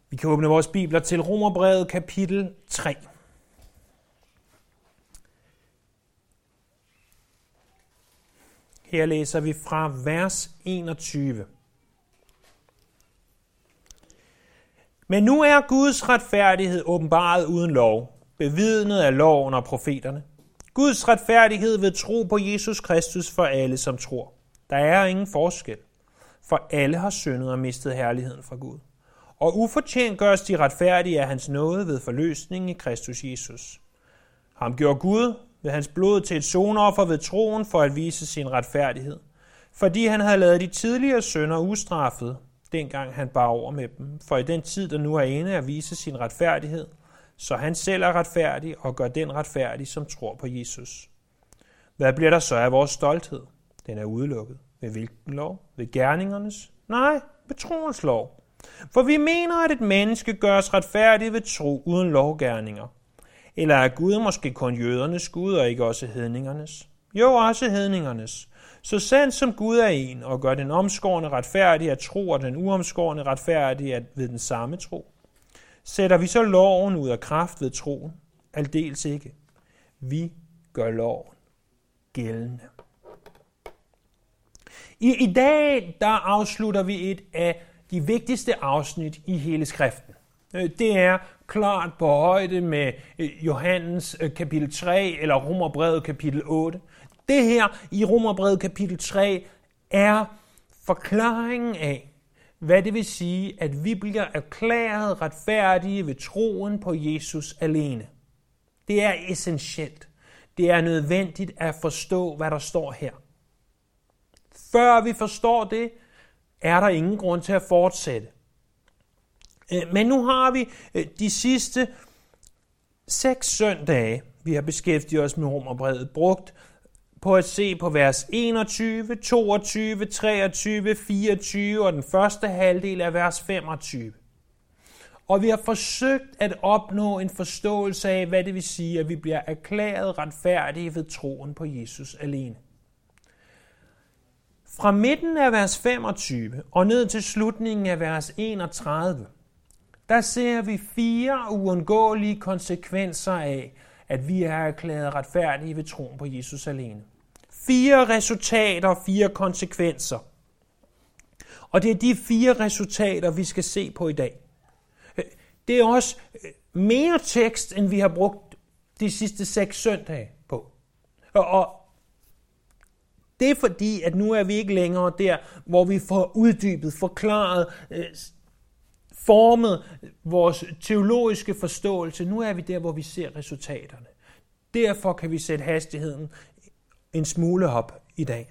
Vi kan åbne vores bibler til Romerbrevet kapitel 3. Her læser vi fra vers 21. Men nu er Guds retfærdighed åbenbaret uden lov, bevidnet af loven og profeterne. Guds retfærdighed ved tro på Jesus Kristus for alle, som tror. Der er ingen forskel, for alle har syndet og mistet herligheden fra Gud. Og ufortjent gøres de retfærdige af hans nåde ved forløsningen i Kristus Jesus. Ham gjorde Gud ved hans blod til et sonoffer ved troen for at vise sin retfærdighed, fordi han havde ladet de tidligere synder ustraffet, dengang han bar over med dem, for i den tid, der nu er inde at vise sin retfærdighed, så han selv er retfærdig og gør den retfærdig, som tror på Jesus. Hvad bliver der så af vores stolthed? Den er udelukket. Ved hvilken lov? Ved gerningernes? Nej, ved troens lov. For vi mener, at et menneske gøres retfærdig ved tro uden lovgerninger. Eller er Gud måske kun jødernes Gud og ikke også hedningernes? Jo, også hedningernes. Så sandt som Gud er en og gør den omskårne retfærdig at tro og den uomskårne retfærdig at ved den samme tro. Sætter vi så loven ud af kraft ved troen? Aldeles ikke. Vi gør loven gældende. I dag der afslutter vi et af de vigtigste afsnit i hele skriften. Det er klart på højde med Johannes kapitel 3 eller Romerbrevet kapitel 8. Det her i Romerbrevet kapitel 3 er forklaringen af, hvad det vil sige, at vi bliver erklæret retfærdige ved troen på Jesus alene. Det er essentielt. Det er nødvendigt at forstå, hvad der står her. Før vi forstår det, er der ingen grund til at fortsætte. Men nu har vi de sidste 6 søndage, vi har beskæftiget os med Romerbrevet, brugt på at se på vers 21, 22, 23, 24 og den første halvdel af vers 25. Og vi har forsøgt at opnå en forståelse af, hvad det vil sige, at vi bliver erklæret retfærdige ved troen på Jesus alene. Fra midten af vers 25 og ned til slutningen af vers 31, der ser vi 4 uundgåelige konsekvenser af, at vi er erklæret retfærdige ved troen på Jesus alene. 4 resultater, 4 konsekvenser. Og det er de 4 resultater, vi skal se på i dag. Det er også mere tekst, end vi har brugt de sidste 6 søndage på. Og det er fordi, at nu er vi ikke længere der, hvor vi får uddybet, forklaret, formet vores teologiske forståelse. Nu er vi der, hvor vi ser resultaterne. Derfor kan vi sætte hastigheden en smule op i dag.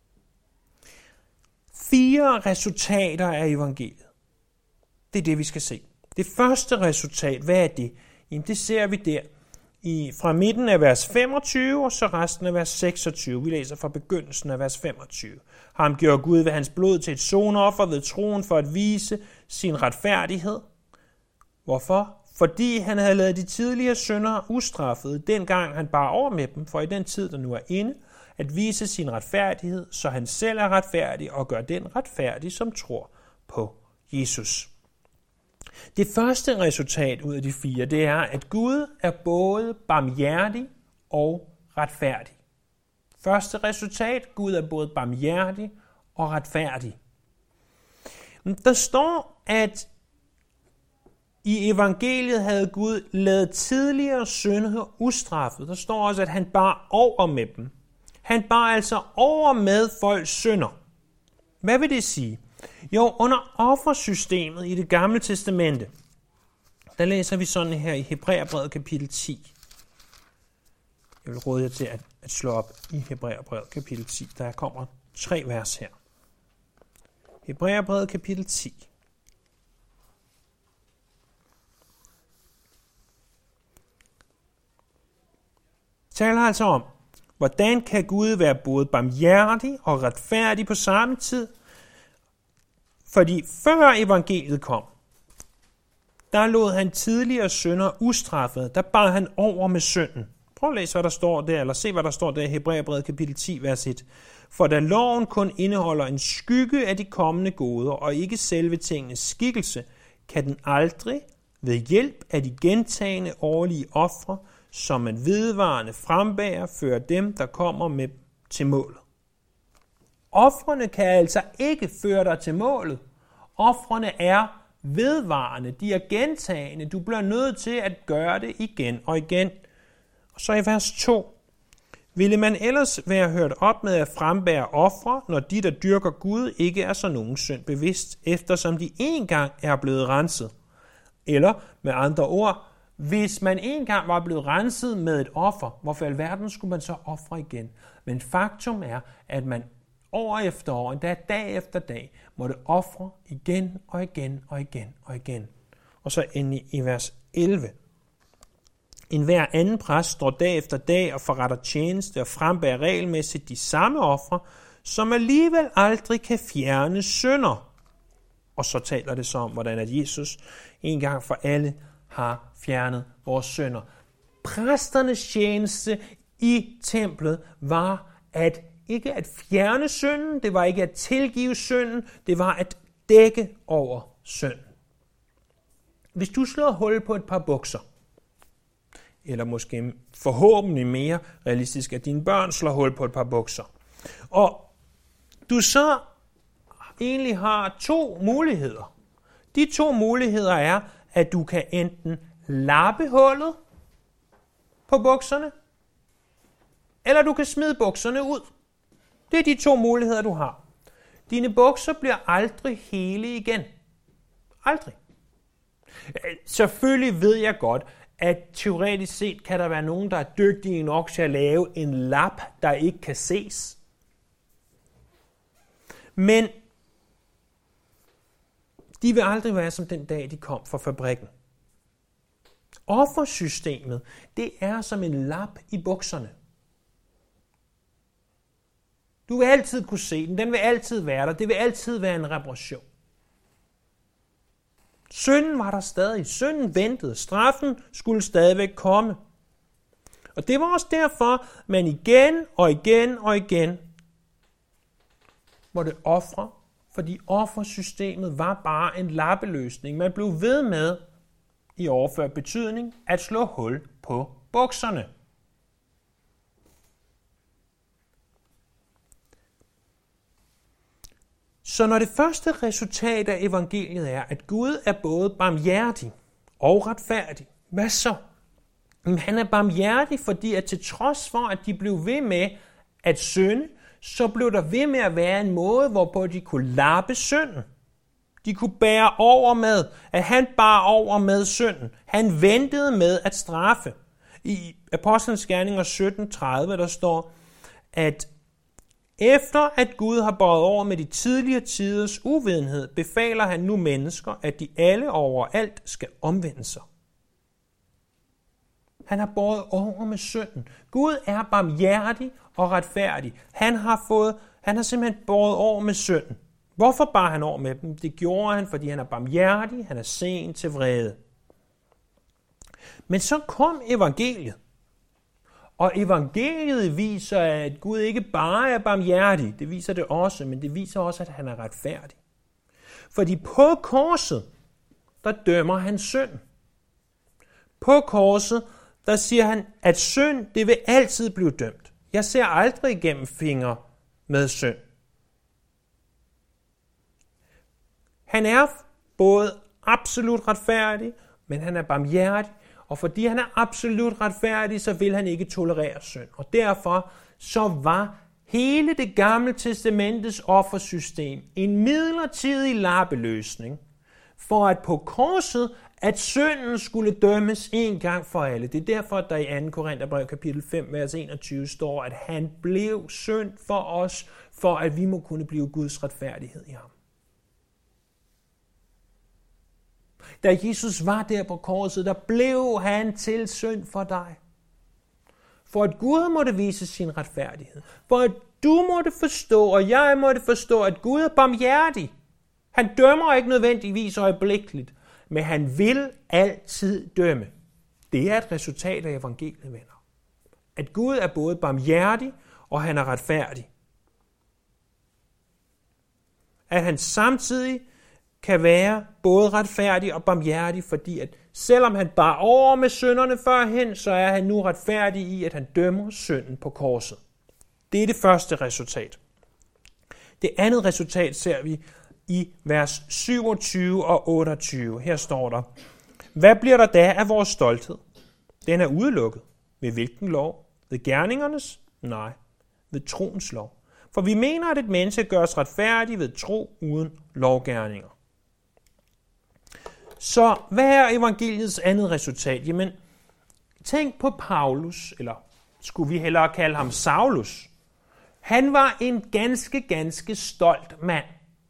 4 resultater af evangeliet. Det er det, vi skal se. Det første resultat, hvad er det? Jamen, det ser vi der fra midten af vers 25 og så resten af vers 26. Vi læser fra begyndelsen af vers 25. Ham gjorde Gud ved hans blod til et sonoffer ved troen for at vise sin retfærdighed. Hvorfor? Fordi han havde ladet de tidligere syndere ustraffede, dengang han bar over med dem, for i den tid, der nu er inde, at vise sin retfærdighed, så han selv er retfærdig og gør den retfærdig, som tror på Jesus. Det første resultat ud af de 4, det er, at Gud er både barmhjertig og retfærdig. Første resultat, Gud er både barmhjertig og retfærdig. Der står, at i evangeliet havde Gud ladet tidligere synder ustraffet. Der står også, at han bar over med dem. Han bar altså over med folks synder. Hvad vil det sige? Jo, under offersystemet i det gamle testamente, der læser vi sådan her i Hebræerbrevet kapitel 10. Jeg vil råde jer til at slå op i Hebræerbrevet kapitel 10. Der kommer 3 vers her. Hebræerbrevet kapitel 10. Taler altså om, hvordan kan Gud være både barmhjertig og retfærdig på samme tid? Fordi før evangeliet kom, der lod han tidligere synder ustraffet. Der bar han over med synden. Prøv at læse, hvad der står der, eller se, hvad der står der i Hebræerbrevet kapitel 10, vers 1. For da loven kun indeholder en skygge af de kommende goder, og ikke selve tingenes skikkelse, kan den aldrig ved hjælp af de gentagne årlige ofre, som man vedvarende frembærer, føre dem, der kommer med til målet. Ofrene kan altså ikke føre dig til målet. Ofrene er vedvarende, de er gentagende. Du bliver nødt til at gøre det igen og igen. Og så i vers 2. Ville man ellers være hørt op med at frembære ofre, når de, der dyrker Gud, ikke er så nogen synd bevidst, eftersom de engang er blevet renset? Eller med andre ord, hvis man engang var blevet renset med et offer, hvorfor i alverden skulle man så ofre igen? Men faktum er, at man år efter år, endda dag efter dag, måtte ofre igen og igen og igen og igen. Og så endelig i vers 11. En hver anden præst står dag efter dag og forretter tjeneste og frembærer regelmæssigt de samme ofre, som alligevel aldrig kan fjerne synder. Og så taler det så om, hvordan at Jesus en gang for alle har fjernet vores synder. Præsternes tjeneste i templet var at ikke at fjerne synden, det var ikke at tilgive synden, det var at dække over synden. Hvis du slår hul på et par bukser, eller måske forhåbentlig mere realistisk, at dine børn slår hul på et par bukser, og du så egentlig har to muligheder. De to muligheder er, at du kan enten lappe hullet på bukserne, eller du kan smide bukserne ud. Det er de to muligheder, du har. Dine bukser bliver aldrig hele igen. Aldrig. Selvfølgelig ved jeg godt, at teoretisk set kan der være nogen, der er dygtige nok til at lave en lap, der ikke kan ses. Men de vil aldrig være som den dag, de kom fra fabrikken. Offersystemet, det er som en lap i bukserne. Du vil altid kunne se den, den vil altid være der, det vil altid være en reparation. Synden var der stadig, synden ventede, straffen skulle stadigvæk komme. Og det var også derfor, man igen og igen og igen måtte ofre, fordi offersystemet var bare en lappeløsning. Man blev ved med, i overført betydning, at slå hul på bukserne. Så når det første resultat af evangeliet er, at Gud er både barmhjertig og retfærdig, hvad så? Han er barmhjertig, fordi at til trods for, at de blev ved med at synde, så blev der ved med at være en måde, hvorpå de kunne lappe synden. De kunne bære over med, at han bar over med synden. Han ventede med at straffe. I Apostlenes Gerninger 17:30, der står, at efter at Gud har båret over med de tidligere tiders uvidenhed, befaler han nu mennesker, at de alle overalt skal omvende sig. Han har båret over med synden. Gud er barmhjertig og retfærdig. Han har simpelthen båret over med synden. Hvorfor bar han over med dem? Det gjorde han, fordi han er barmhjertig, han er sen til vrede. Men så kom evangeliet. Og evangeliet viser, at Gud ikke bare er barmhjertig, det viser det også, men det viser også, at han er retfærdig. Fordi på korset, der dømmer han synd. På korset, der siger han, at synd, det vil altid blive dømt. Jeg ser aldrig igennem fingre med synd. Han er både absolut retfærdig, men han er barmhjertig, og fordi han er absolut retfærdig, så vil han ikke tolerere synd. Og derfor så var hele det gamle testamentets offersystem en midlertidig lappeløsning, for at på korset, at synden skulle dømmes en gang for alle. Det er derfor, at der i 2. Korintherbrev kapitel 5, vers 21 står, at han blev synd for os, for at vi må kunne blive Guds retfærdighed i ham. Da Jesus var der på korset, der blev han til synd for dig. For at Gud måtte vise sin retfærdighed. For at du måtte forstå, og jeg måtte forstå, at Gud er barmhjertig. Han dømmer ikke nødvendigvis øjeblikkeligt, men han vil altid dømme. Det er et resultat af evangeliet, venner. At Gud er både barmhjertig, og han er retfærdig. At han samtidig kan være både retfærdig og barmhjertig, fordi at selvom han bar over med synderne førhen, så er han nu retfærdig i, at han dømmer synden på korset. Det er det første resultat. Det andet resultat ser vi i vers 27 og 28. Her står der: Hvad bliver der da af vores stolthed? Den er udelukket. Ved hvilken lov? Ved gerningernes? Nej, ved troens lov. For vi mener, at et menneske gøres retfærdig ved tro uden lovgerninger. Så hvad er evangeliets andet resultat? Jamen, tænk på Paulus, eller skulle vi hellere kalde ham Saulus. Han var en ganske stolt mand.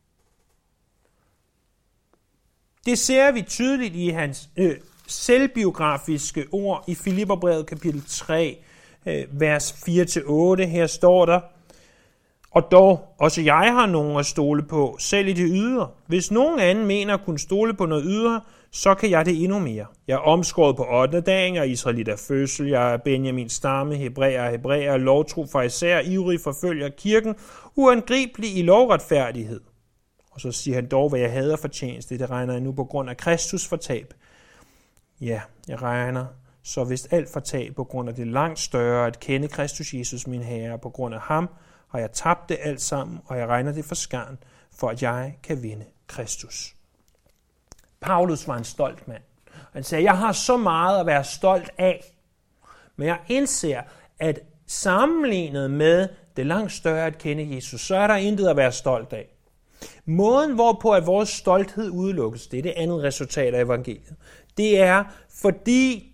Det ser vi tydeligt i hans selvbiografiske ord i Filipperbrevet kapitel 3, vers 4-8. Her står der: Og dog, også jeg har nogen at stole på, selv i det ydre. Hvis nogen anden mener at kunne stole på noget ydre, så kan jeg det endnu mere. Jeg er omskåret på 8. dagen, jeg er israelit af fødsel, jeg er Benjamins stamme, hebræer, lovtro farisæer, ivrig forfølger kirken, uangribelig i lovretfærdighed. Og så siger han dog, hvad jeg hader fortjeneste, det regner jeg nu på grund af Kristus for tab. Ja, jeg regner så vist alt for tab på grund af det langt større at kende Kristus Jesus min Herre. På grund af ham har jeg tabt det alt sammen, og jeg regner det for skarn, for at jeg kan vinde Kristus. Paulus var en stolt mand. Han sagde, jeg har så meget at være stolt af, men jeg indser, at sammenlignet med det langt større at kende Jesus, så er der intet at være stolt af. Måden, hvorpå at vores stolthed udelukkes, det er det andet resultat af evangeliet. Det er fordi,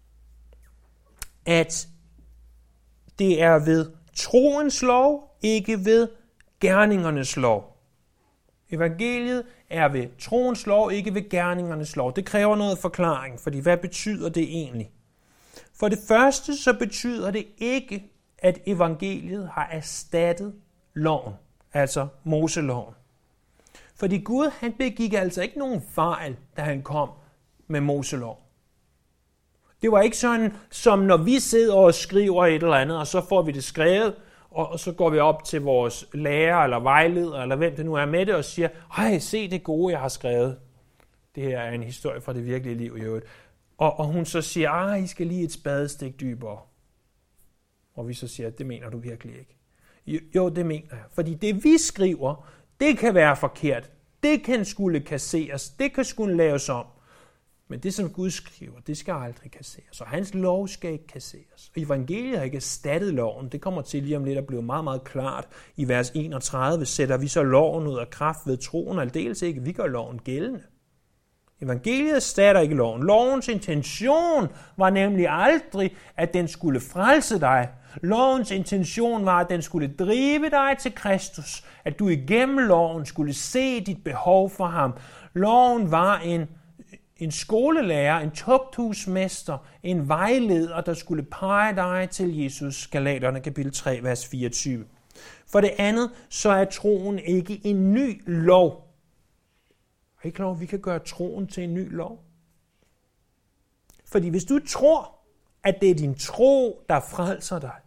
at det er ved troens lov, ikke ved gerningernes lov. Evangeliet er ved troens lov, ikke ved gerningernes lov. Det kræver noget forklaring, fordi hvad betyder det egentlig? For det første så betyder det ikke, at evangeliet har erstattet loven, altså Moseloven. Fordi Gud, han begik altså ikke nogen fejl, da han kom med Moselov. Det var ikke sådan, som når vi sidder og skriver et eller andet, og så får vi det skrevet, og så går vi op til vores lærer eller vejleder, eller hvem det nu er med det, og siger, hej, se det gode, jeg har skrevet. Det her er en historie fra det virkelige liv i øvrigt. Og hun så siger, I skal lige et spadestik dybere. Og vi så siger, det mener du virkelig ikke. Jo, det mener jeg. Fordi det vi skriver, det kan være forkert. Det kan skulle kasseres. Det kan skulle laves om. Men det, som Gud skriver, det skal aldrig kasseres. Og hans lov skal ikke kasseres. Og evangeliet har ikke erstattet loven. Det kommer til lige om lidt at blive meget, meget klart. I vers 31 sætter vi så loven ud af kraft ved troen, og aldeles ikke, vi gør loven gældende. Evangeliet erstatter ikke loven. Lovens intention var nemlig aldrig, at den skulle frelse dig. Lovens intention var, at den skulle drive dig til Kristus. At du igennem loven skulle se dit behov for ham. Loven var en skolelærer, en tugthusmester, en vejleder, der skulle pege dig til Jesus. Galaterne kapitel 3, vers 24. For det andet, så er troen ikke en ny lov. Er I klar over, at vi kan gøre troen til en ny lov? Fordi hvis du tror, at det er din tro, der frelser dig,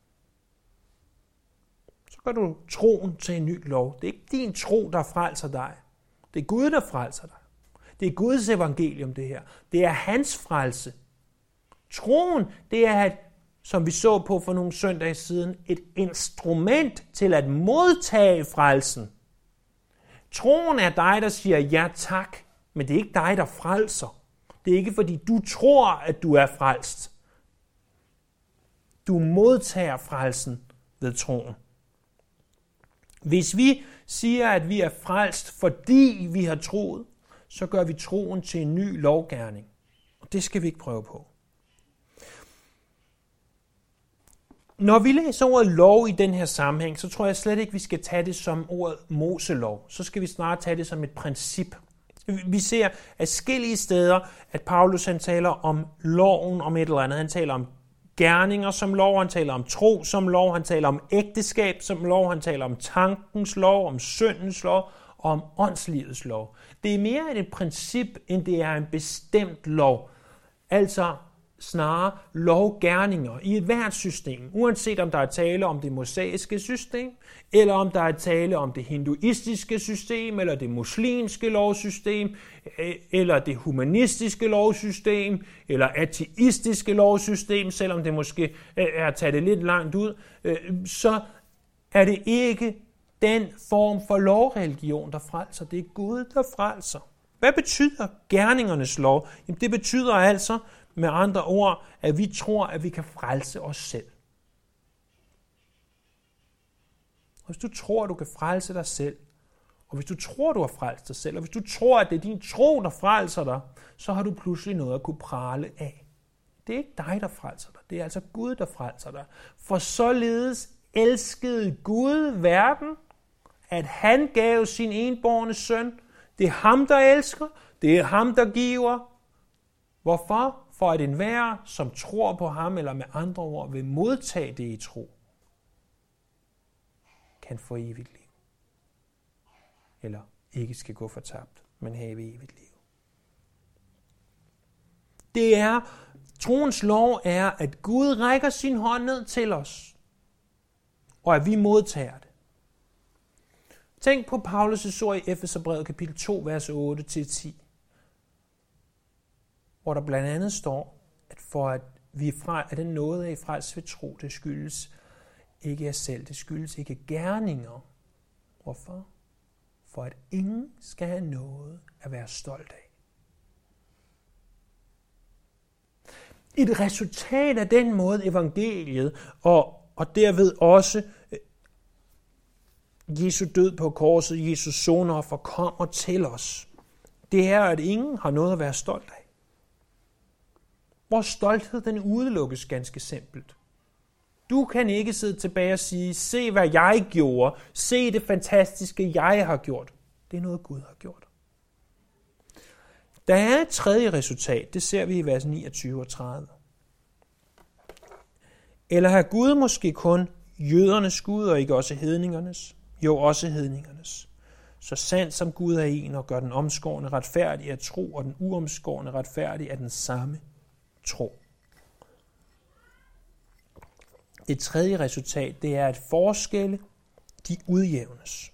så gør du troen til en ny lov. Det er ikke din tro, der frelser dig. Det er Gud, der frelser dig. Det er Guds evangelium, det her. Det er hans frelse. Troen, det er, som vi så på for nogle søndage siden, et instrument til at modtage frelsen. Troen er dig, der siger ja tak, men det er ikke dig, der frelser. Det er ikke, fordi du tror, at du er frelst. Du modtager frelsen ved troen. Hvis vi siger, at vi er frelst, fordi vi har troet, så gør vi troen til en ny lovgerning. Og det skal vi ikke prøve på. Når vi læser ordet lov i den her sammenhæng, så tror jeg slet ikke, vi skal tage det som ordet Moselov. Så skal vi snarere tage det som et princip. Vi ser adskillige steder, at Paulus han taler om loven om et eller andet. Han taler om gerninger som lov, han taler om tro som lov, han taler om ægteskab som lov, han taler om tankens lov, om syndens lov og om åndslivets lov. Det er mere et princip, end det er en bestemt lov. Altså, snarere lovgerninger i et hvert system, uanset om der er tale om det mosaiske system, eller om der er tale om det hinduistiske system, eller det muslimske lovsystem, eller det humanistiske lovsystem, eller ateistiske lovsystem, selvom det måske er at tage det lidt langt ud, så er det ikke den form for lovreligion, der frelser. Det er Gud, der frelser. Hvad betyder gerningernes lov? Jamen, det betyder altså, med andre ord, at vi tror, at vi kan frelse os selv. Og hvis du tror, at du kan frelse dig selv, og hvis du tror, du har frelst dig selv, og hvis du tror, at det er din tro, der frelser dig, så har du pludselig noget at kunne prale af. Det er ikke dig, der frelser dig. Det er altså Gud, der frelser dig. For således elskede Gud verden, at han gav sin enbårne søn. Det er ham, der elsker. Det er ham, der giver. Hvorfor? For at enhver, som tror på ham, eller med andre ord vil modtage det i tro, kan få evigt liv. Eller ikke skal gå fortabt, men have evigt liv. Det er, troens lov er, at Gud rækker sin hånd ned til os, og at vi modtager det. Tænk på Paulus' ord i Efeserbrevet kapitel 2, vers 8-10, hvor der blandt andet står, at for at vi er fra, at den nåde er i frelst ved tro, det skyldes ikke af selv, det skyldes ikke gerninger. Hvorfor? For at ingen skal have noget at være stolt af. Et resultat af den måde evangeliet, og derved også Jesu død på korset, Jesus sonoffer kommer til os, det er, at ingen har noget at være stolt af. Vores stolthed, den udelukkes ganske simpelt. Du kan ikke sidde tilbage og sige, se hvad jeg gjorde, se det fantastiske, jeg har gjort. Det er noget, Gud har gjort. Der er et tredje resultat, det ser vi i vers 29 og 30. Eller har Gud måske kun jødernes Gud, og ikke også hedningernes? Jo, også hedningernes. Så sandt som Gud er en, og gør den omskårne retfærdig af tro, og den uomskårne retfærdig af den samme tro. Det tredje resultat, det er, at forskelle, de udjævnes.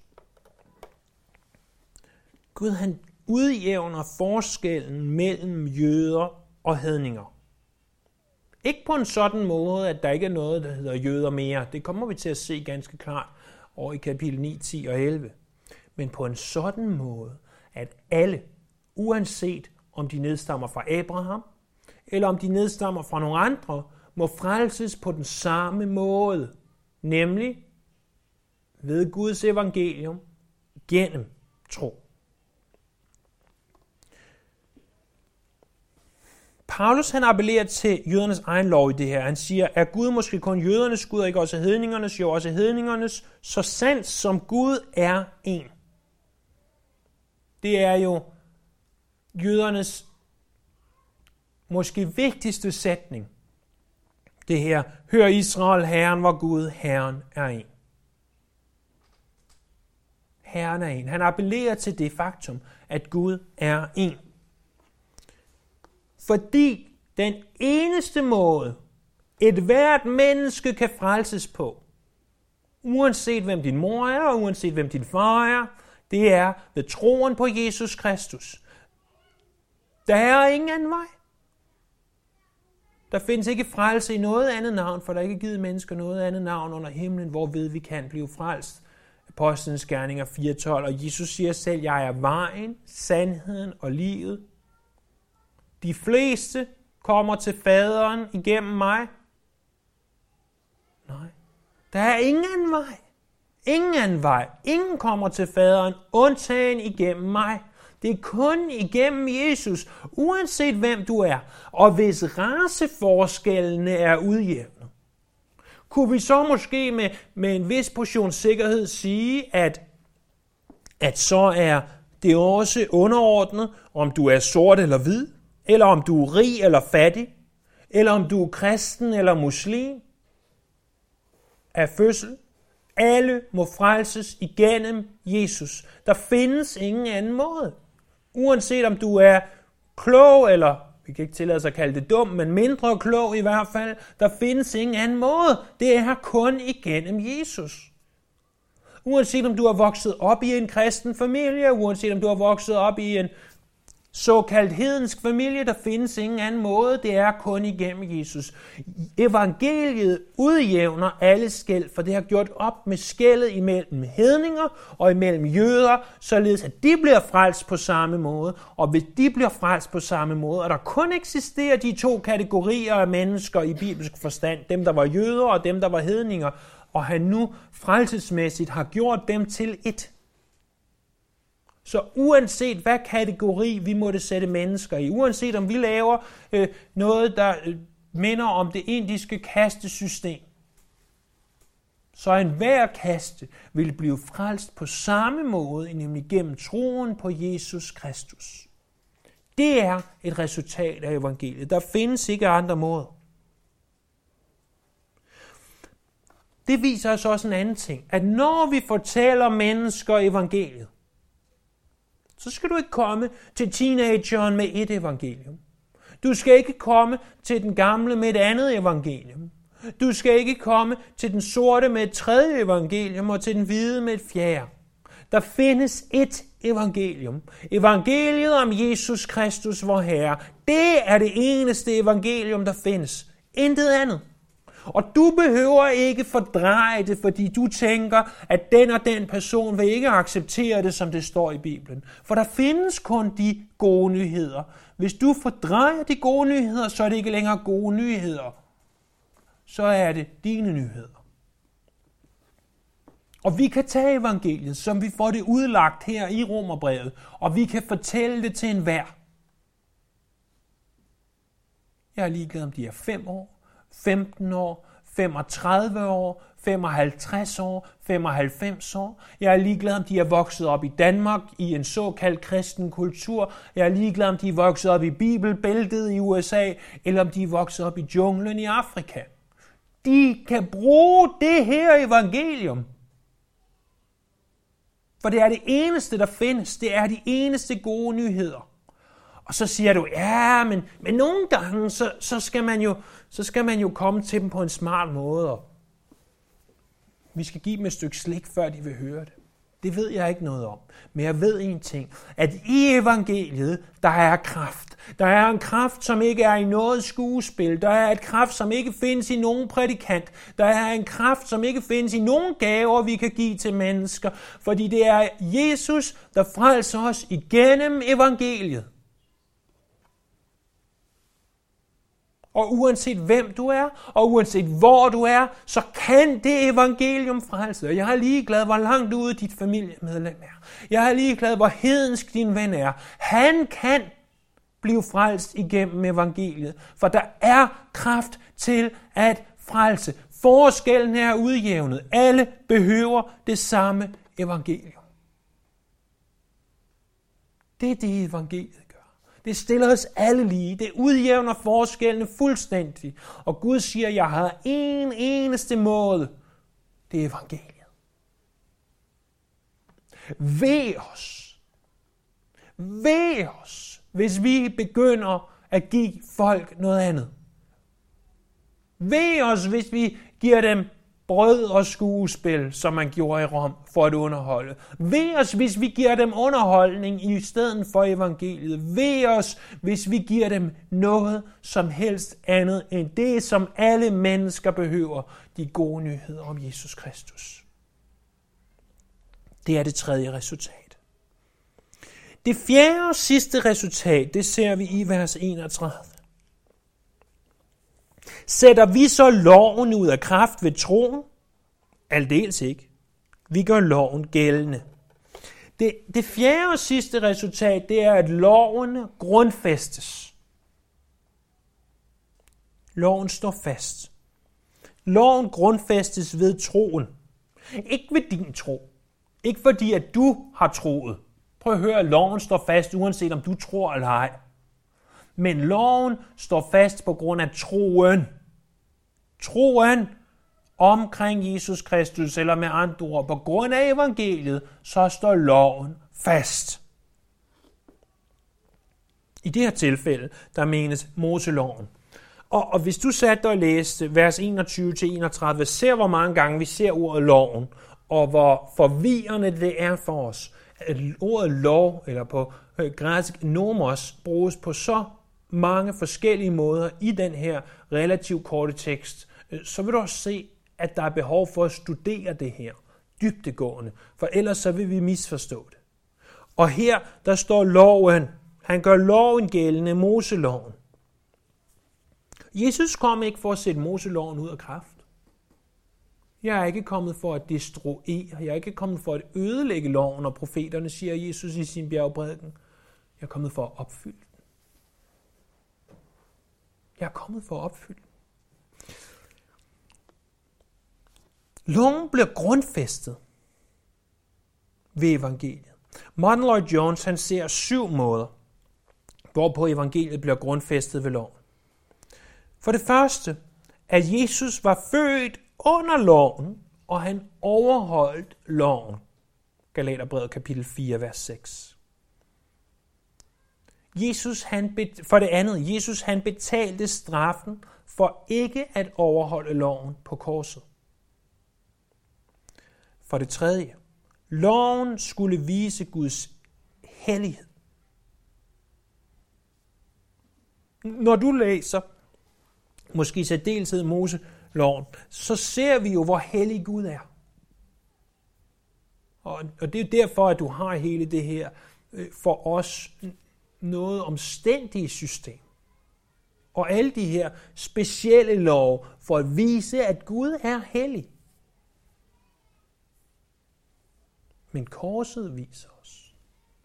Gud, han udjævner forskellen mellem jøder og hedninger. Ikke på en sådan måde, at der ikke er noget, der hedder jøder mere. Det kommer vi til at se ganske klart over i kapitel 9, 10 og 11. Men på en sådan måde, at alle, uanset om de nedstammer fra Abraham, eller om de nedstammer fra nogle andre, må frelses på den samme måde, nemlig ved Guds evangelium gennem tro. Paulus han appellerer til jødernes egen lov i det her. Han siger, er Gud måske kun jødernes Gud, og ikke også hedningernes? Jo, også hedningernes, så sandt som Gud er en. Det er jo jødernes måske vigtigste sætning. Det her, hør Israel, Herren var Gud, Herren er en. Herren er en. Han appellerer til det faktum, at Gud er en. Fordi den eneste måde, et hvert menneske kan frelses på, uanset hvem din mor er, og uanset hvem din far er, det er ved troen på Jesus Kristus. Der er ingen anden vej. Der findes ikke frelse i noget andet navn, for der er ikke givet mennesker noget andet navn under himlen, hvorved vi kan blive frelst. Apostlenes gerninger 4:12, og Jesus siger selv, jeg er vejen, sandheden og livet. De fleste kommer til faderen igennem mig. Nej, der er ingen anden vej. Ingen anden vej. Ingen kommer til faderen, undtagen igennem mig. Det er kun igennem Jesus, uanset hvem du er. Og hvis raceforskellene er udjævnet, kunne vi så måske med en vis portion sikkerhed sige, at så er det også underordnet, om du er sort eller hvid, eller om du er rig eller fattig, eller om du er kristen eller muslim af fødsel. Alle må frelses igennem Jesus. Der findes ingen anden måde. Uanset om du er klog eller Vi kan ikke tillade os at kalde det dum, men mindre klog i hvert fald. Der findes ingen anden måde. Det er kun igennem Jesus. Uanset om du er vokset op i en kristen familie, uanset om du er vokset op i en såkaldt hedensk familie, der findes ingen anden måde. Det er kun igennem Jesus. Evangeliet udjævner alle skel, for det har gjort op med skellet imellem hedninger og imellem jøder, således at de bliver frelst på samme måde. Og hvis de bliver frelst på samme måde, og der kun eksisterer de to kategorier af mennesker i bibelsk forstand, dem der var jøder og dem der var hedninger, og han nu frelsesmæssigt har gjort dem til ét. Så uanset hvad kategori vi måtte sætte mennesker i, uanset om vi laver noget, der minder om det indiske kastesystem, så enhver kaste vil blive frelst på samme måde, nemlig gennem troen på Jesus Kristus. Det er et resultat af evangeliet. Der findes ikke andre måder. Det viser os også en anden ting, at når vi fortæller mennesker evangeliet, så skal du ikke komme til teenageren med et evangelium. Du skal ikke komme til den gamle med et andet evangelium. Du skal ikke komme til den sorte med et tredje evangelium og til den hvide med et fjerde. Der findes et evangelium. Evangeliet om Jesus Kristus, vor Herre. Det er det eneste evangelium, der findes. Intet andet. Og du behøver ikke fordreje det, fordi du tænker, at den og den person vil ikke acceptere det, som det står i Bibelen. For der findes kun de gode nyheder. Hvis du fordrejer de gode nyheder, så er det ikke længere gode nyheder. Så er det dine nyheder. Og vi kan tage evangeliet, som vi får det udlagt her i Romerbrevet, og vi kan fortælle det til enhver. Jeg er ligeglad, om de er 5 år, 15 år, 35 år, 55 år, 95 år. Jeg er ligeglad, om de er vokset op i Danmark i en såkaldt kristen kultur. Jeg er ligeglad, om de er vokset op i Bibelbæltet i USA, eller om de er vokset op i junglen i Afrika. De kan bruge det her evangelium. For det er det eneste, der findes. Det er de eneste gode nyheder. Og så siger du, ja, men nogle gange, så skal man jo komme til dem på en smart måde. Og vi skal give dem et stykke slik, før de vil høre det. Det ved jeg ikke noget om. Men jeg ved en ting, at i evangeliet, der er kraft. Der er en kraft, som ikke er i noget skuespil. Der er et kraft, som ikke findes i nogen prædikant. Der er en kraft, som ikke findes i nogen gaver, vi kan give til mennesker. Fordi det er Jesus, der frelser os igennem evangeliet. Og uanset hvem du er, og uanset hvor du er, så kan det evangelium frelse. Og jeg er ligeglad, hvor langt ude dit familiemedlem er. Jeg er ligeglad, hvor hedensk din ven er. Han kan blive frelst igennem evangeliet. For der er kraft til at frelse. Forskellen er udjævnet. Alle behøver det samme evangelium. Det er det evangeliet. Det stiller os alle lige. Det udjævner forskellene fuldstændig. Og Gud siger, jeg har en eneste måde. Det er evangeliet. Ved os, hvis vi begynder at give folk noget andet. Ved os, hvis vi giver dem brød og skuespil, som man gjorde i Rom, for at underholde. Ved os, hvis vi giver dem underholdning i stedet for evangeliet. Ved os, hvis vi giver dem noget som helst andet end det, som alle mennesker behøver, de gode nyheder om Jesus Kristus. Det er det tredje resultat. Det fjerde og sidste resultat, det ser vi i vers 31. Sætter vi så loven ud af kraft ved troen? Aldeles ikke. Vi gør loven gældende. Det fjerde og sidste resultat, det er, at loven grundfæstes. Loven står fast. Loven grundfæstes ved troen. Ikke ved din tro. Ikke fordi, at du har troet. Prøv at høre, at loven står fast, uanset om du tror eller ej. Men loven står fast på grund af troen. Troen omkring Jesus Kristus, eller med andre ord, på grund af evangeliet, så står loven fast. I det her tilfælde, der menes Moseloven. Og hvis du satte og læste vers 21-31, ser hvor mange gange vi ser ordet loven, og hvor forvirrende det er for os, at ordet lov, eller på græsk nomos, bruges på så mange forskellige måder i den her relativt korte tekst, så vil du også se, at der er behov for at studere det her dybdegående, for ellers så vil vi misforstå det. Og her, der står loven. Han gør loven gældende, Moseloven. Jesus kom ikke for at sætte Moseloven ud af kraft. Jeg er ikke kommet for at destruere. Jeg er ikke kommet for at ødelægge loven, og profeterne, siger Jesus i sin bjergprædiken. Jeg er kommet for at opfylde den. Jeg er kommet for at opfylde den. Loven bliver grundfæstet ved evangeliet. Martin Lloyd-Jones, han ser 7 måder, hvorpå evangeliet bliver grundfæstet ved loven. For det første, at Jesus var født under loven, og han overholdt loven. Galaterbrevet kapitel 4, vers 6. For det andet, Jesus han betalte straffen for ikke at overholde loven på korset. For det tredje, loven skulle vise Guds hellighed. Når du læser, måske i særdeleshed Moseloven, så ser vi jo, hvor hellig Gud er. Og det er jo derfor, at du har hele det her for os noget omstændigt system. Og alle de her specielle lov for at vise, at Gud er hellig. Men korset viser os,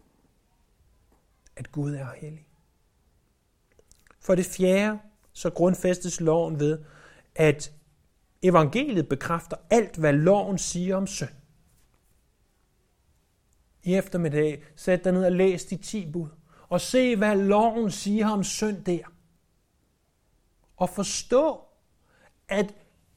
at Gud er hellig. For det fjerde, så grundfæstes loven ved, at evangeliet bekræfter alt, hvad loven siger om synd. I eftermiddag, sæt dig ned og læs de 10 bud, og se, hvad loven siger om synd der. Og forstå, at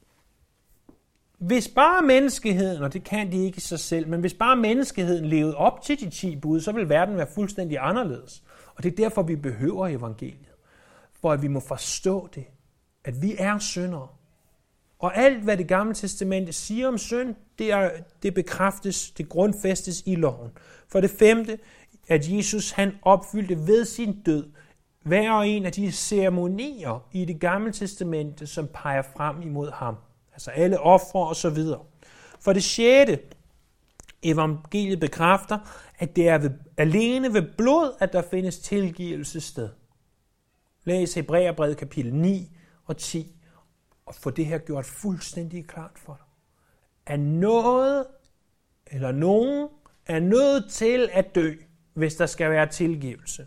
hvis bare menneskeheden, og det kan de ikke i sig selv, men hvis bare menneskeheden levede op til de 10 bud, så vil verden være fuldstændig anderledes. Og det er derfor, vi behøver evangeliet. For at vi må forstå det, at vi er syndere. Og alt, hvad det gamle testamente siger om synd, det bekræftes, det grundfæstes i loven. For det femte, at Jesus han opfyldte ved sin død hver og en af de ceremonier i det gamle testamente, som peger frem imod ham. Altså alle ofre og så videre. For det sjette, evangeliet bekræfter, at det er alene ved blod, at der findes tilgivelse sted. Læs Hebræerbrevet kapitel 9 og 10, og få det her gjort fuldstændig klart for dig. At noget eller nogen er nødt til at dø, hvis der skal være tilgivelse.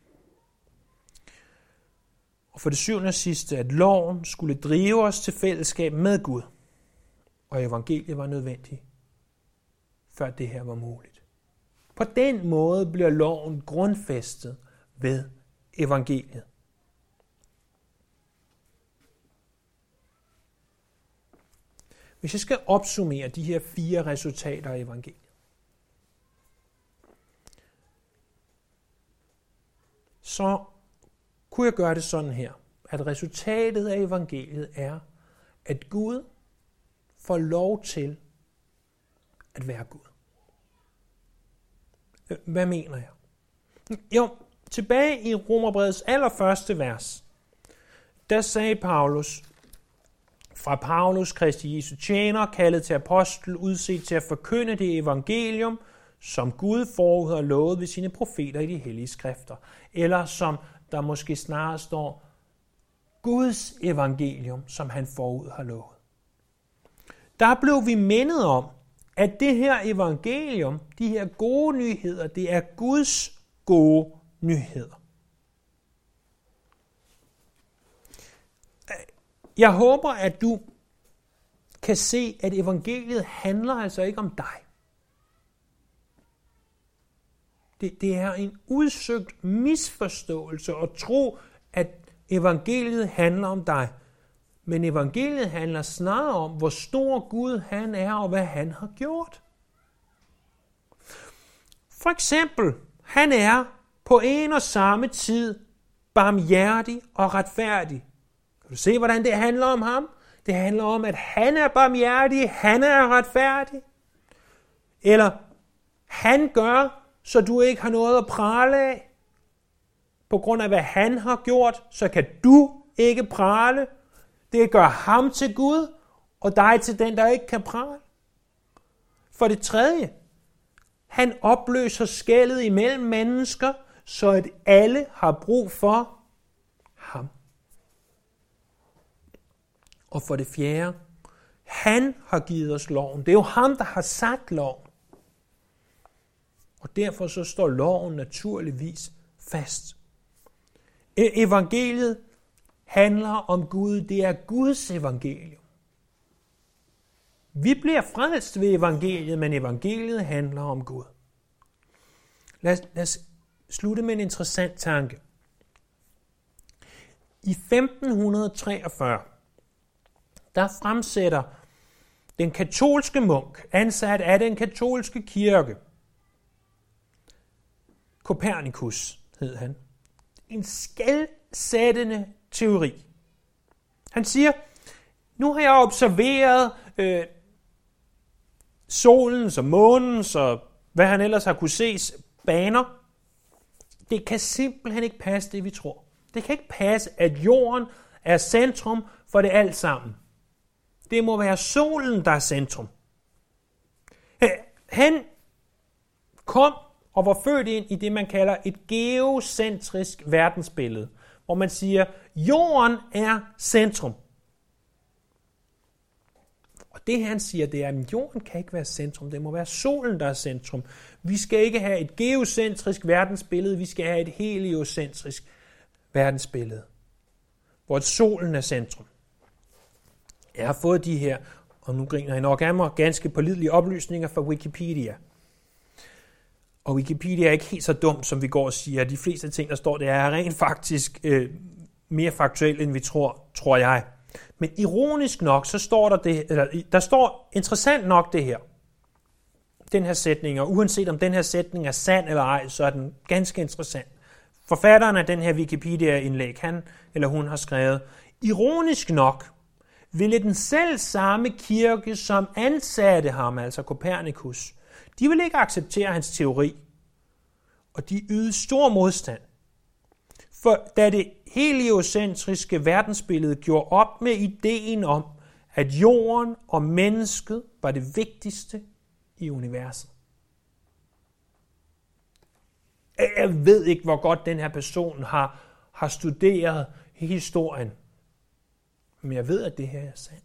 Og for det syvende og sidste, at loven skulle drive os til fællesskab med Gud. Og evangeliet var nødvendigt, før det her var muligt. På den måde bliver loven grundfæstet ved evangeliet. Hvis jeg skal opsummere de her 4 resultater af evangeliet, så kunne jeg gøre det sådan her, at resultatet af evangeliet er, at Gud får lov til at være Gud. Hvad mener jeg? Jo, tilbage i Romerbrevets allerførste vers, der sagde Paulus, fra Paulus, Kristi Jesu tjener, kaldet til apostel, udset til at forkynde det evangelium, som Gud forud har lovet ved sine profeter i de hellige skrifter. Eller som der måske snarere står, Guds evangelium, som han forud har lovet. Der blev vi mindet om, at det her evangelium, de her gode nyheder, det er Guds gode nyheder. Jeg håber, at du kan se, at evangeliet handler altså ikke om dig. Det er en udsøgt misforståelse at tro, at evangeliet handler om dig. Men evangeliet handler snarere om, hvor stor Gud han er, og hvad han har gjort. For eksempel, han er på en og samme tid barmhjertig og retfærdig. Kan du se, hvordan det handler om ham? Det handler om, at han er barmhjertig, han er retfærdig. Eller han gør, så du ikke har noget at prale af. På grund af, hvad han har gjort, så kan du ikke prale. Det gør ham til Gud, og dig til den, der ikke kan prale. For det tredje, han opløser skellet imellem mennesker, så at alle har brug for ham. Og for det fjerde, han har givet os loven. Det er jo ham, der har sat loven. Og derfor så står loven naturligvis fast. Evangeliet handler om Gud. Det er Guds evangelium. Vi bliver frelst ved evangeliet, men evangeliet handler om Gud. Lad os slutte med en interessant tanke. I 1543, der fremsætter den katolske munk, ansat af den katolske kirke, Copernicus hed han, en skelsættende teori. Han siger, nu har jeg observeret solens og månens og hvad han ellers har kunne ses baner. Det kan simpelthen ikke passe det, vi tror. Det kan ikke passe, at jorden er centrum for det alt sammen. Det må være solen, der er centrum. Han kom og var født ind i det, man kalder et geocentrisk verdensbillede, hvor man siger, jorden er centrum. Og det han siger, det er, at jorden kan ikke være centrum, det må være solen, der er centrum. Vi skal ikke have et geocentrisk verdensbillede, vi skal have et heliocentrisk verdensbillede, hvor solen er centrum. Jeg har fået de her, og nu griner jeg nok af mig, ganske pålidelige oplysninger fra Wikipedia. Og Wikipedia er ikke helt så dum, som vi går og siger. De fleste ting, der står der, er rent faktisk mere faktuelt, end vi tror jeg. Men ironisk nok, så står der står interessant nok det her. Den her sætning, og uanset om den her sætning er sand eller ej, så er den ganske interessant. Forfatteren af den her Wikipedia-indlæg, han eller hun har skrevet, ironisk nok ville den selv samme kirke, som ansatte ham, altså Copernicus, de ville ikke acceptere hans teori, og de ydede stor modstand. For da det heliocentriske verdensbillede gjorde op med ideen om, at jorden og mennesket var det vigtigste i universet. Jeg ved ikke, hvor godt den her person har studeret historien, men jeg ved, at det her er sandt.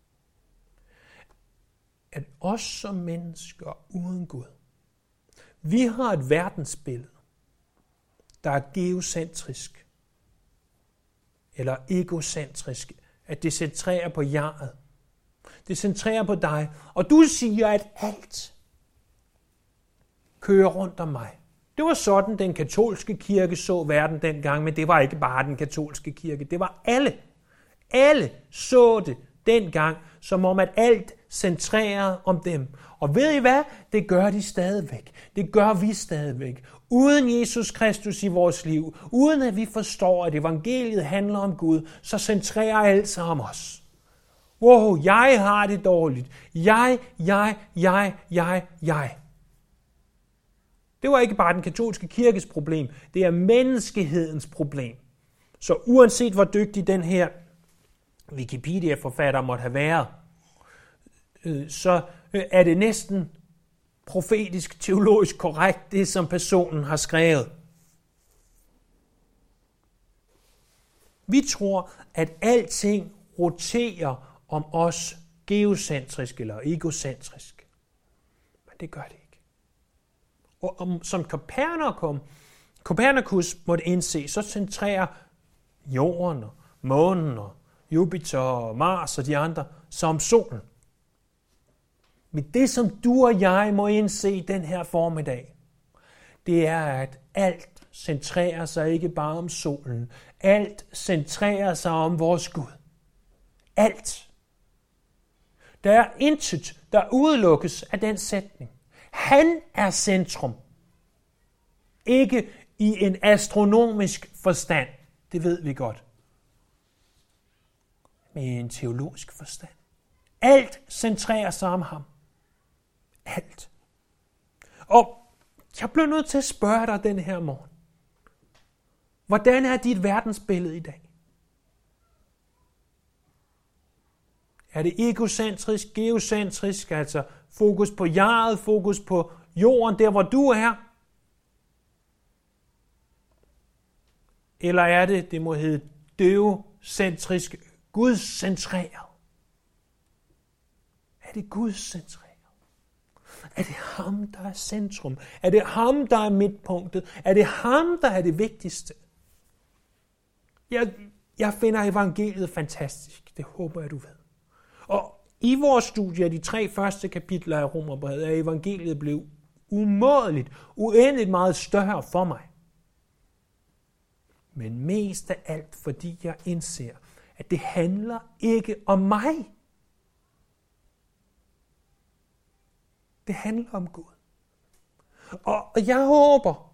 At os som mennesker uden Gud, vi har et verdensbillede, der er geocentrisk eller egocentrisk, at det centrerer på jeget. Det centrerer på dig, og du siger, at alt kører rundt om mig. Det var sådan, den katolske kirke så verden dengang, men det var ikke bare den katolske kirke, det var alle. Alle så det dengang, som om at alt centrerede om dem. Og ved I hvad? Det gør de stadigvæk. Det gør vi stadigvæk. Uden Jesus Kristus i vores liv, uden at vi forstår, at evangeliet handler om Gud, så centrerer alt sig om os. Wow, jeg har det dårligt. Jeg. Det var ikke bare den katolske kirkes problem. Det er menneskehedens problem. Så uanset hvor dygtig den her Wikipedia-forfatter måtte have været, så er det næsten profetisk, teologisk korrekt, det som personen har skrevet. Vi tror, at alting roterer om os geocentrisk eller egocentrisk. Men det gør det ikke. Og som Copernicus måtte indse, så centrerer jorden og månen og Jupiter og Mars og de andre som solen. Men det, som du og jeg må indse den her formiddag, det er, at alt centrerer sig ikke bare om solen. Alt centrerer sig om vores Gud. Alt. Der er intet, der udelukkes af den sætning. Han er centrum. Ikke i en astronomisk forstand. Det ved vi godt. Men i en teologisk forstand. Alt centrerer sig om ham. Alt. Og jeg blev nødt til at spørge dig den her morgen. Hvordan er dit verdensbillede i dag? Er det egocentrisk, geocentrisk, altså fokus på jeget, fokus på jorden, der hvor du er? Eller er det må hedde døocentrisk, gudscentreret? Er det gudscentreret? Er det ham, der er centrum? Er det ham, der er midtpunktet? Er det ham, der er det vigtigste? Jeg finder evangeliet fantastisk. Det håber jeg, du ved. Og i vores studie af de 3 første kapitler af Romerbrevet er evangeliet blevet umådeligt, uendeligt meget større for mig. Men mest af alt, fordi jeg indser, at det handler ikke om mig. Det handler om Gud. Og jeg håber,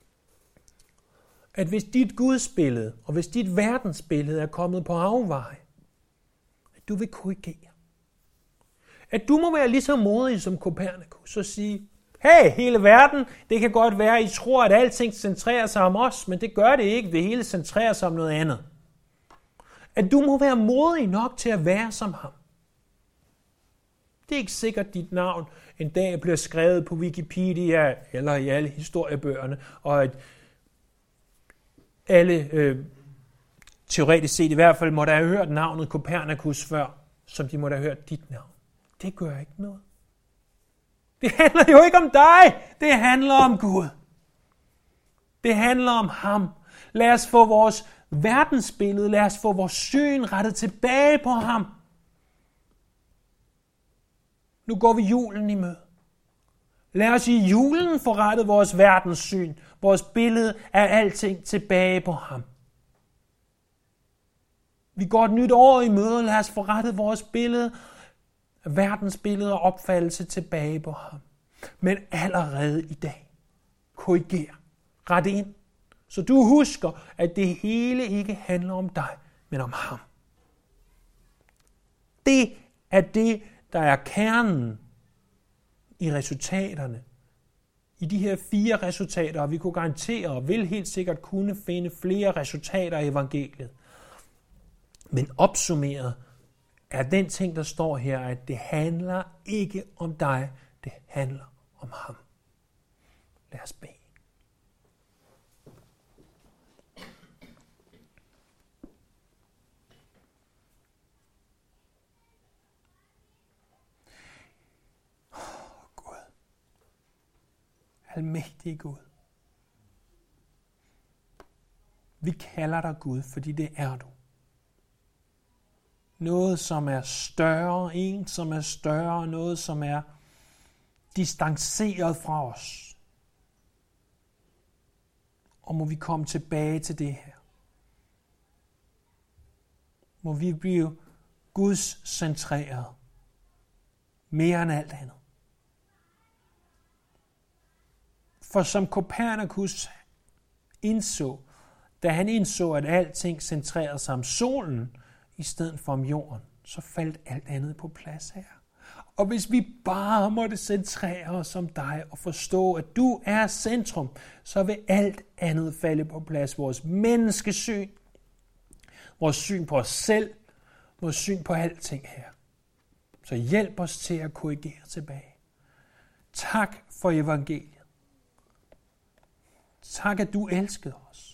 at hvis dit gudsbillede og hvis dit verdensbillede er kommet på afveje, at du vil korrigere. At du må være lige så modig som Kopernikus og sige, hey, hele verden, det kan godt være, at I tror, at alting centrerer sig om os, men det gør det ikke. Det hele centrerer sig om noget andet. At du må være modig nok til at være som ham. Det er ikke sikkert, at dit navn en dag bliver skrevet på Wikipedia eller i alle historiebøgerne, og at alle teoretisk set i hvert fald måtte have hørt navnet Kopernikus før, som de måtte have hørt dit navn. Det gør ikke noget. Det handler jo ikke om dig. Det handler om Gud. Det handler om ham. Lad os få vores verdensbillede, lad os få vores syn rettet tilbage på ham. Nu går vi julen i møde. Lad os i julen få rettet vores verdenssyn, vores billede af alting tilbage på ham. Vi går et nyt år i møde, lad os få rettet vores billede, verdensbillede og opfattelse tilbage på ham. Men allerede i dag, korriger, ret ind, så du husker, at det hele ikke handler om dig, men om ham. Det er det, der er kernen i resultaterne. I de her 4 resultater, og vi kunne garantere og vil helt sikkert kunne finde flere resultater i evangeliet. Men opsummeret er den ting, der står her, at det handler ikke om dig, det handler om ham. Lad os bede. Gud. Almægtige Gud. Vi kalder dig Gud, fordi det er du. Noget, som er større, en, som er større, noget, som er distanceret fra os. Og må vi komme tilbage til det her. Må vi blive Guds centreret. Mere end alt andet. For som Kopernikus indså, da han indså, at alting centrerede sig om solen, i stedet for om jorden, så faldt alt andet på plads her. Og hvis vi bare måtte centrere os om dig og forstå, at du er centrum, så vil alt andet falde på plads. Vores menneskesyn, vores syn på os selv, vores syn på alting her. Så hjælp os til at korrigere tilbage. Tak for evangeliet. Tak, at du elskede os.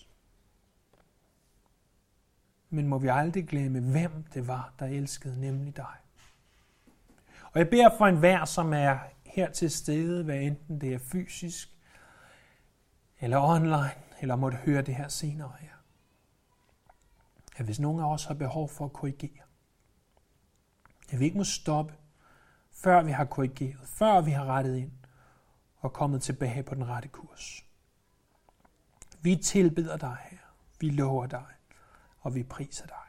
Men må vi aldrig glemme, hvem det var, der elskede, nemlig dig. Og jeg beder for enhver, som er her til stede, hvad enten det er fysisk, eller online, eller måtte høre det her senere her. At hvis nogen af os har behov for at korrigere, at vi ikke må stoppe, før vi har korrigeret, før vi har rettet ind, og kommet tilbage på den rette kurs. Vi tilbeder dig her, vi lover dig, og vi priser dig.